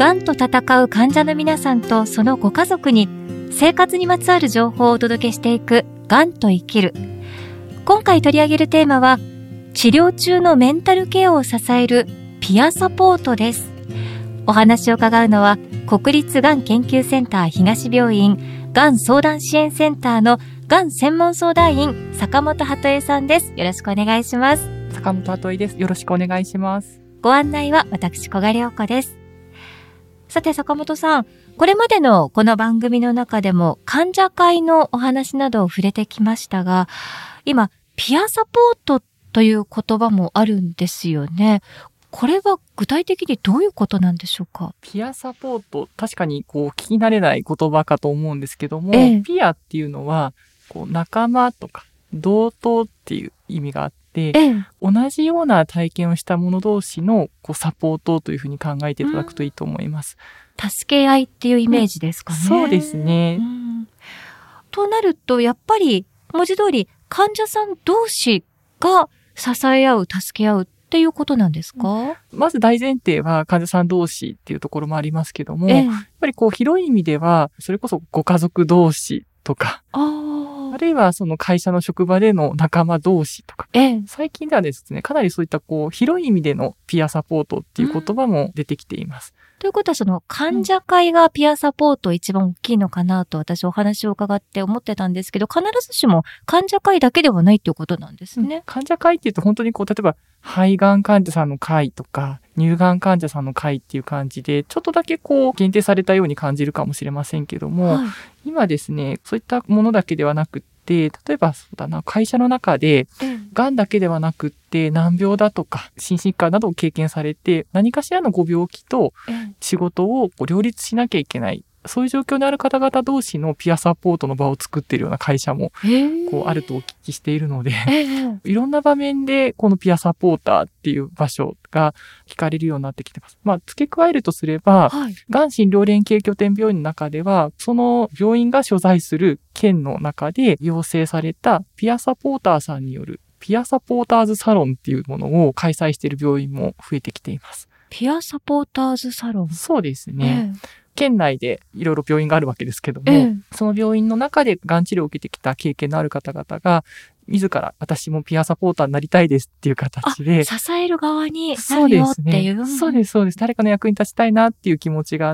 がんと闘う患者の皆さんとそのご家族に生活にまつわる情報をお届けしていくがんと生きる。今回取り上げるテーマは、治療中のメンタルケアを支えるピアサポートです。お話を伺うのは、国立がん研究センター東病院がん相談支援センターのがん専門相談員、坂本鳩恵さんです。よろしくお願いします。 坂本鳩恵です。よろしくお願いします。 ご案内は私小賀良子です。さて坂本さん、これまでのこの番組の中でも患者会のお話などを触れてきましたが、今ピアサポートという言葉もあるんですよね。これは具体的にどういうことなんでしょうか？ ピアサポート、確かに聞き慣れない言葉かと思うんですけども、ピアっていうのは仲間とか同等っていう意味があって、同じような体験をした者同士のサポートというふうに考えていただくといいと思います。 助け合いっていうイメージですかね。 そうですね。 となるとやっぱり文字通り患者さん同士が支え合う、助け合うっていうことなんですか？ まず大前提は患者さん同士っていうところもありますけども、やっぱり広い意味ではそれこそご家族同士とか、あるいはその会社の職場での仲間同士とか、最近ではですね、かなりそういった広い意味でのピアサポートっていう言葉も出てきています。 ということはその患者会がピアサポート一番大きいのかなと私お話を伺って思ってたんですけど、必ずしも患者会だけではないっていうことなんですね。 患者会っていうと本当に例えば肺がん患者さんの会とか乳がん患者さんの会っていう感じでちょっとだけ限定されたように感じるかもしれませんけども、今ですね、そういったものだけではなくって、例えばそうだな、会社の中でがんだけではなくって難病だとか心疾患などを経験されて、何かしらのご病気と仕事を両立しなきゃいけない、そういう状況にある方々同士のピアサポートの場を作っているような会社もあるとお聞きしているので、いろんな場面でこのピアサポーターっていう場所が聞かれるようになってきてます。付け加えるとすれば、がん診療連携拠点病院の中では、その病院が所在する県の中で要請されたピアサポーターさんによるピアサポーターズサロンっていうものを開催している病院も増えてきています。 ピアサポーターズサロン。 そうですね。県内でいろいろ病院があるわけですけども、その病院の中でがん治療を受けてきた経験のある方々が、自ら私もピアサポーターになりたいですっていう形で。 支える側になるよっていう。 そうです。誰かの役に立ちたいなっていう気持ちがあって、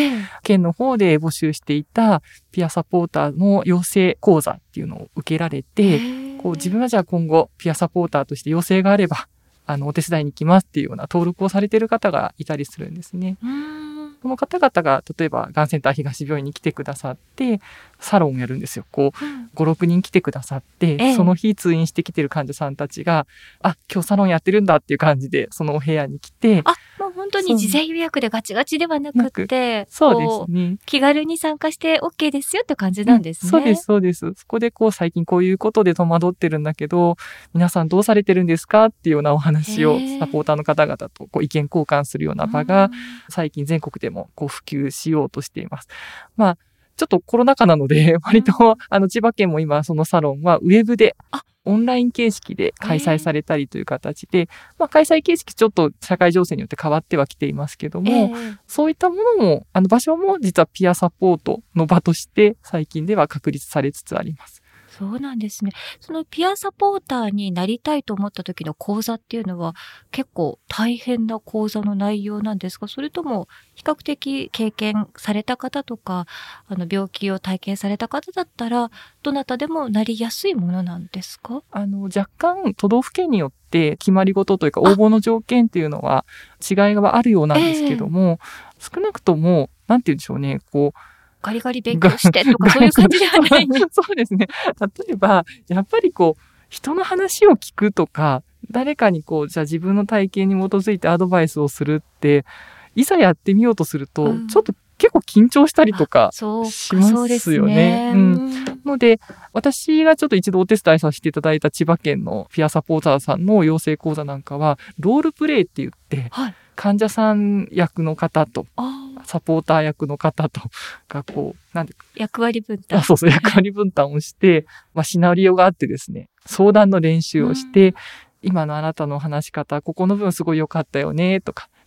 県の方で募集していたピアサポーターの養成講座っていうのを受けられて、自分はじゃあ今後ピアサポーターとして要請があれば、お手伝いに行きますっていうような登録をされている方がいたりするんですね。その方々が例えばがんセンター東病院に来てくださってサロンをやるんですよ。5、6人来てくださって、その日通院してきてる患者さんたちが、今日サロンやってるんだっていう感じでそのお部屋に来て、 もう本当に事前予約でガチガチではなくって、 そうですね。 気軽に参加して OK ですよって感じなんですね。 そうです。そこで最近こういうことで戸惑ってるんだけど、皆さんどうされてるんですかっていうようなお話をサポーターの方々と意見交換するような場が最近全国でも普及しようとしています。ちょっとコロナ禍なので、割と千葉県も今そのサロンはウェブでオンライン形式で開催されたりという形で、開催形式ちょっと社会情勢によって変わってはきていますけども、そういったものも、場所も実はピアサポートの場として最近では確立されつつあります。 そうなんですね。そのピアサポーターになりたいと思った時の講座っていうのは結構大変な講座の内容なんですか？それとも比較的経験された方とか、病気を体験された方だったらどなたでもなりやすいものなんですか？ 若干都道府県によって決まり事というか応募の条件っていうのは違いがあるようなんですけども、少なくともなんて言うんでしょうね、 ガリガリ勉強してとかそういう感じではない。 そうですね。例えば、やっぱり人の話を聞くとか、誰かにじゃあ自分の体験に基づいてアドバイスをするって、いざやってみようとすると、ちょっと結構緊張したりとかしますよね。ので、私がちょっと一度お手伝いさせていただいた千葉県のピアサポーターさんの養成講座なんかは、ロールプレイって言って、患者さん役の方と、サポーター役の方とが役割分担。 役割分担をして、シナリオがあってですね、相談の練習をして、今のあなたの話し方、ここの部分すごい良かったよね、とか、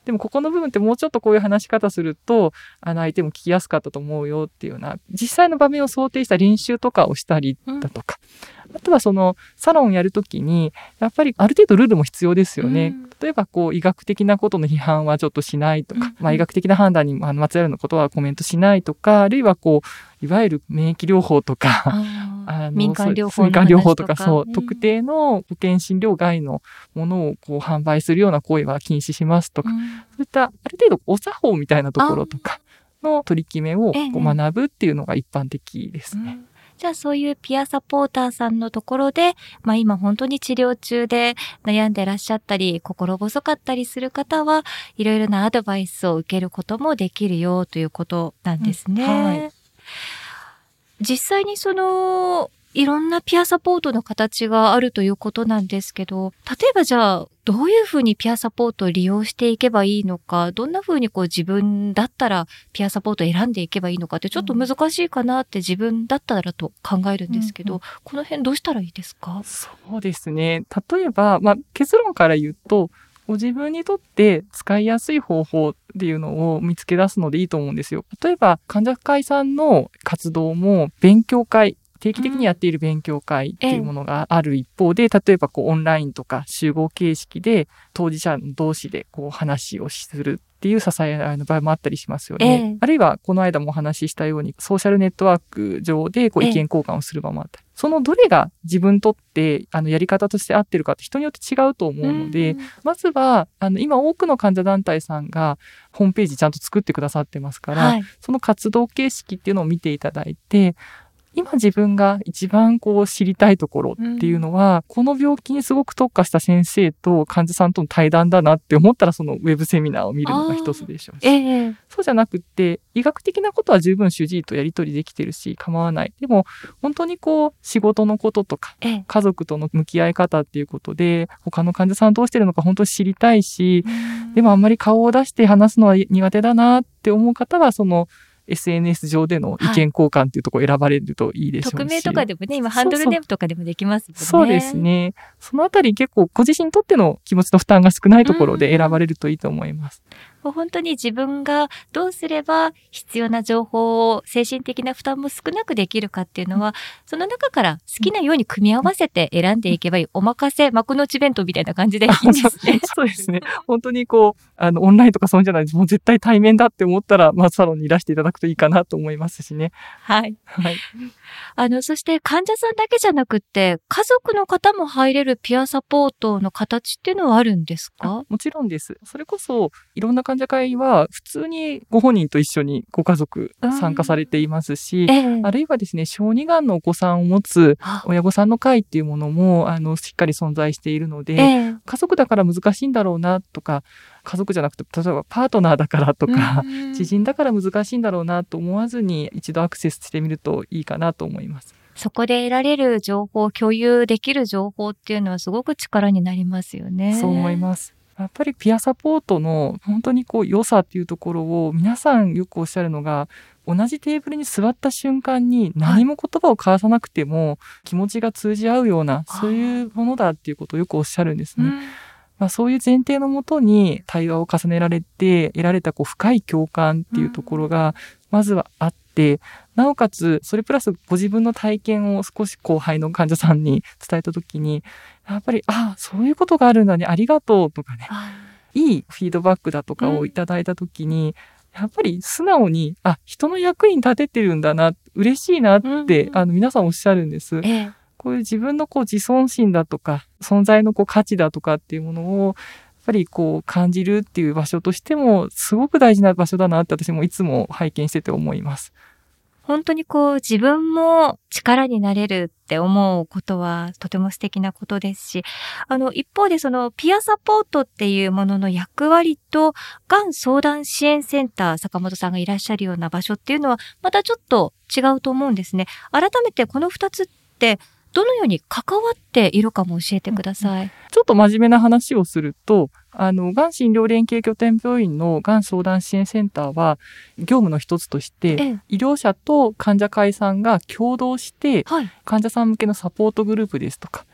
でもここの部分ってもうちょっとこういう話し方すると相手も聞きやすかったと思うよっていうような実際の場面を想定した練習とかをしたりだとか、あとはそのサロンをやるときにやっぱりある程度ルールも必要ですよね。例えばこう医学的なことの批判はちょっとしないとか、医学的な判断にまつわるのことはコメントしないとか、あるいはこういわゆる免疫療法とか民間療法とか特定の保険診療外のものをこう販売するような行為は禁止しますとか、そういったある程度お作法みたいなところとかの取り決めをこう学ぶっていうのが一般的ですね。 じゃあそういうピアサポーターさんのところで、今本当に治療中で悩んでらっしゃったり、心細かったりする方は、いろいろなアドバイスを受けることもできるよということなんですね。実際にいろんなピアサポートの形があるということなんですけど、例えばじゃあ、どういうふうにピアサポートを利用していけばいいのか、どんなふうに自分だったらピアサポートを選んでいけばいいのかってちょっと難しいかなって自分だったらと考えるんですけど、この辺どうしたらいいですか？ そうですね。例えば、結論から言うと、ご自分にとって使いやすい方法っていうのを見つけ出すのでいいと思うんですよ。例えば、患者会さんの活動も勉強会、定期的にやっている勉強会っていうものがある一方で、例えばオンラインとか集合形式で当事者同士で話をするっていう支え合いの場合もあったりしますよね。あるいはこの間もお話ししたようにソーシャルネットワーク上で意見交換をする場もあったり、そのどれが自分にとってやり方として合ってるかって人によって違うと思うので、まずは今多くの患者団体さんがホームページちゃんと作ってくださってますから、その活動形式っていうのを見ていただいて、今自分が一番知りたいところっていうのは、この病気にすごく特化した先生と患者さんとの対談だなって思ったら、そのウェブセミナーを見るのが一つでしょうし、そうじゃなくって医学的なことは十分主治医とやり取りできてるし構わない。でも本当に仕事のこととか家族との向き合い方っていうことで他の患者さんどうしてるのか本当に知りたいし、でもあんまり顔を出して話すのは苦手だなって思う方は、そのSNS 上での意見交換っていうところを選ばれるといいでしょうし、 匿名とかでもね、今ハンドルネームとかでもできますもんね。 そうですね。そのあたり結構ご自身にとっての気持ちの負担が少ないところで選ばれるといいと思います。 本当に自分がどうすれば必要な情報を精神的な負担も少なくできるかっていうのは、その中から好きなように組み合わせて選んでいけばいい。お任せ幕の内弁当みたいな感じでいいんですね。 そうですね。本当にオンラインとかそういうんじゃないです。もう絶対対面だって思ったら、サロンにいらしていただくといいかなと思いますしね。 はい。そして患者さんだけじゃなくって、家族の方も入れるピアサポートの形っていうのはあるんですか？ もちろんです。それこそ、いろんな患者会は、普通にご本人と一緒にご家族参加されていますし、あるいはですね、小児がんのお子さんを持つ親御さんの会っていうものも、しっかり存在しているので、家族だから難しいんだろうなとか、家族じゃなくて、例えばパートナーだからとか、知人だから難しいんだろうなと思わずに、一度アクセスしてみるといいかなと思います。 そこで得られる情報、共有できる情報っていうのはすごく力になりますよね。 そう思います。やっぱりピアサポートの本当に良さっていうところを皆さんよくおっしゃるのが、同じテーブルに座った瞬間に何も言葉を交わさなくても気持ちが通じ合うような、そういうものだっていうことをよくおっしゃるんですね。そういう前提のもとに対話を重ねられて得られた深い共感っていうところがまずはあって、なおかつそれプラスご自分の体験を少し後輩の患者さんに伝えたときに、やっぱりそういうことがあるんだね、ありがとうとかね、いいフィードバックだとかをいただいたときに、やっぱり素直に人の役に立ててるんだな、嬉しいなって、皆さんおっしゃるんです。こういう自分の自尊心だとか存在の価値だとかっていうものをやっぱり感じるっていう場所としてもすごく大事な場所だなって私もいつも拝見してて思います。 本当に自分も力になれるって思うことはとても素敵なことですし、一方でそのピアサポートっていうものの役割と、がん相談支援センター、坂本さんがいらっしゃるような場所っていうのはまたちょっと違うと思うんですね。改めてこの2つってどのように関わっているかも教えてください。 ちょっと真面目な話をすると、がん診療連携拠点病院のがん相談支援センターは業務の一つとして、医療者と患者会さんが共同して、患者さん向けのサポートグループですとか、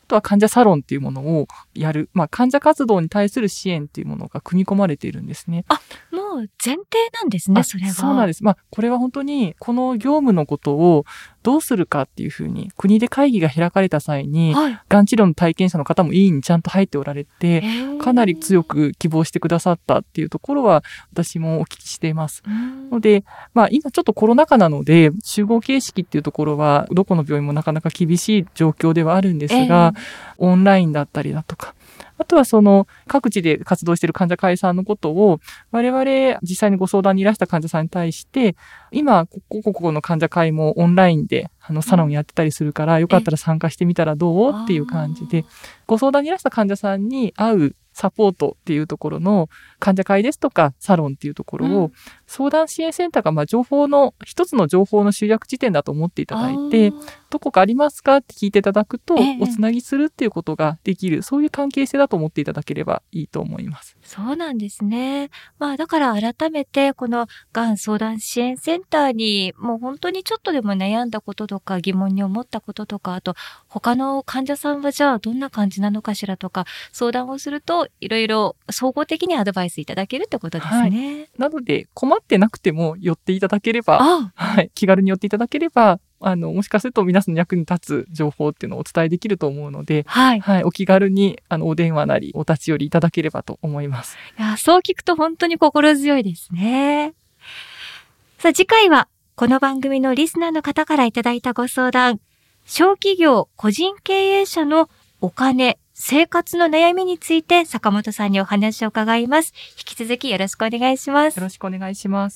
とは患者サロンっていうものをやる、患者活動に対する支援っていうものが組み込まれているんですね。 もう前提なんですね、それは。 そうなんです。これは本当にこの業務のことをどうするかっていうふうに国で会議が開かれた際に、がん治療の体験者の方も委員にちゃんと入っておられて、かなり強く希望してくださったっていうところは私もお聞きしています。ので、今ちょっとコロナ禍なので集合形式っていうところはどこの病院もなかなか厳しい状況ではあるんですが、オンラインだったりだとか、あとはその各地で活動している患者会さんのことを我々実際にご相談にいらした患者さんに対して今ここの患者会もオンラインでサロンやってたりするからよかったら参加してみたらどうっていう感じでご相談にいらした患者さんに会うサポートっていうところの患者会ですとかサロンっていうところを相談支援センターが情報の一つの情報の集約地点だと思っていただいてどこかありますかって聞いていただくとおつなぎするっていうことができるそういう関係性だと思っていただければいいと思います。 そうなんですね。だから改めてこのがん相談支援センターにもう本当にちょっとでも悩んだこととか疑問に思ったこととかあと他の患者さんはじゃあどんな感じなのかしらとか相談をするといろいろ総合的にアドバイスいただけるってことですね。 なので困ってなくても寄っていただければ、気軽に寄っていただければもしかすると皆さんの役に立つ情報っていうのをお伝えできると思うので、お気軽にお電話なりお立ち寄りいただければと思います。 いや、そう聞くと本当に心強いですね。さあ次回はこの番組のリスナーの方からいただいたご相談、小企業個人経営者のお金生活の悩みについて坂本さんにお話を伺います。引き続きよろしくお願いします。 よろしくお願いします。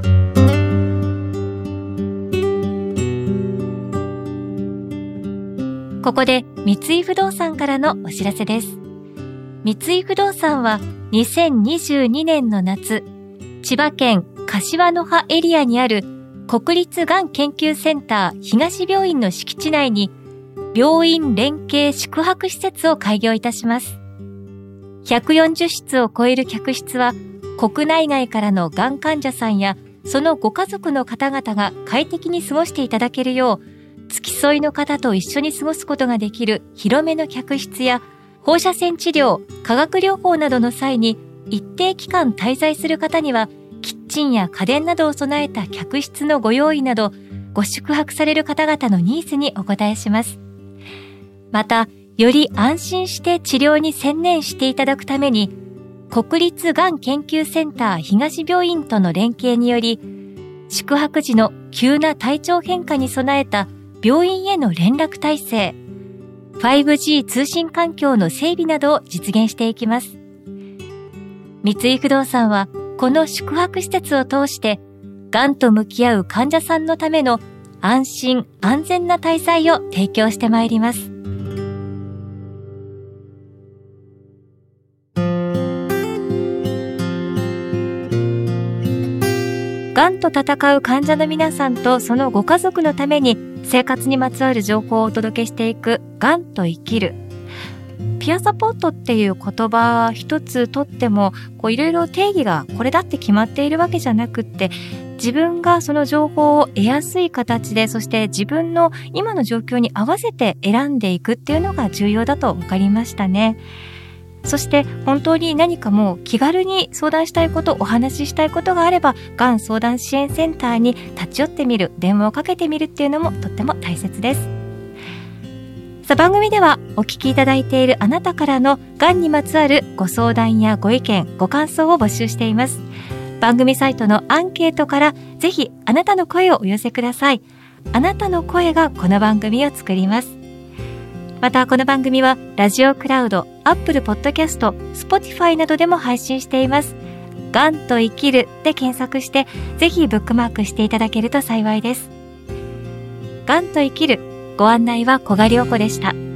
ここで三井不動産からのお知らせです。三井不動産は2022年の夏、千葉県柏の葉エリアにある国立がん研究センター東病院の敷地内に病院連携宿泊施設を開業いたします。140室を超える客室は国内外からのがん患者さんやそのご家族の方々が快適に過ごしていただけるよう付き添いの方と一緒に過ごすことができる広めの客室や放射線治療、化学療法などの際に一定期間滞在する方にはキッチンや家電などを備えた客室のご用意などご宿泊される方々のニーズにお応えします。また、より安心して治療に専念していただくために、国立がん研究センター東病院との連携により、宿泊時の急な体調変化に備えた病院への連絡体制、5G 通信環境の整備などを実現していきます。三井不動産は、この宿泊施設を通して、がんと向き合う患者さんのための安心安全な滞在を提供してまいります。がんと闘う患者の皆さんとそのご家族のために生活にまつわる情報をお届けしていくがんと生きる。ピアサポートっていう言葉一つとってもいろいろ定義がこれだって決まっているわけじゃなくって自分がその情報を得やすい形でそして自分の今の状況に合わせて選んでいくっていうのが重要だと分かりましたね。そして本当に何かもう気軽に相談したいことお話ししたいことがあればがん相談支援センターに立ち寄ってみる電話をかけてみるっていうのもとっても大切です。さあ番組ではお聞きいただいているあなたからのがんにまつわるご相談やご意見ご感想を募集しています。番組サイトのアンケートからぜひあなたの声をお寄せください。あなたの声がこの番組を作ります。またこの番組はラジオクラウド、アップルポッドキャスト、Spotify などでも配信しています。がんと生きるで検索してぜひブックマークしていただけると幸いです。がんと生きるご案内は小賀良子でした。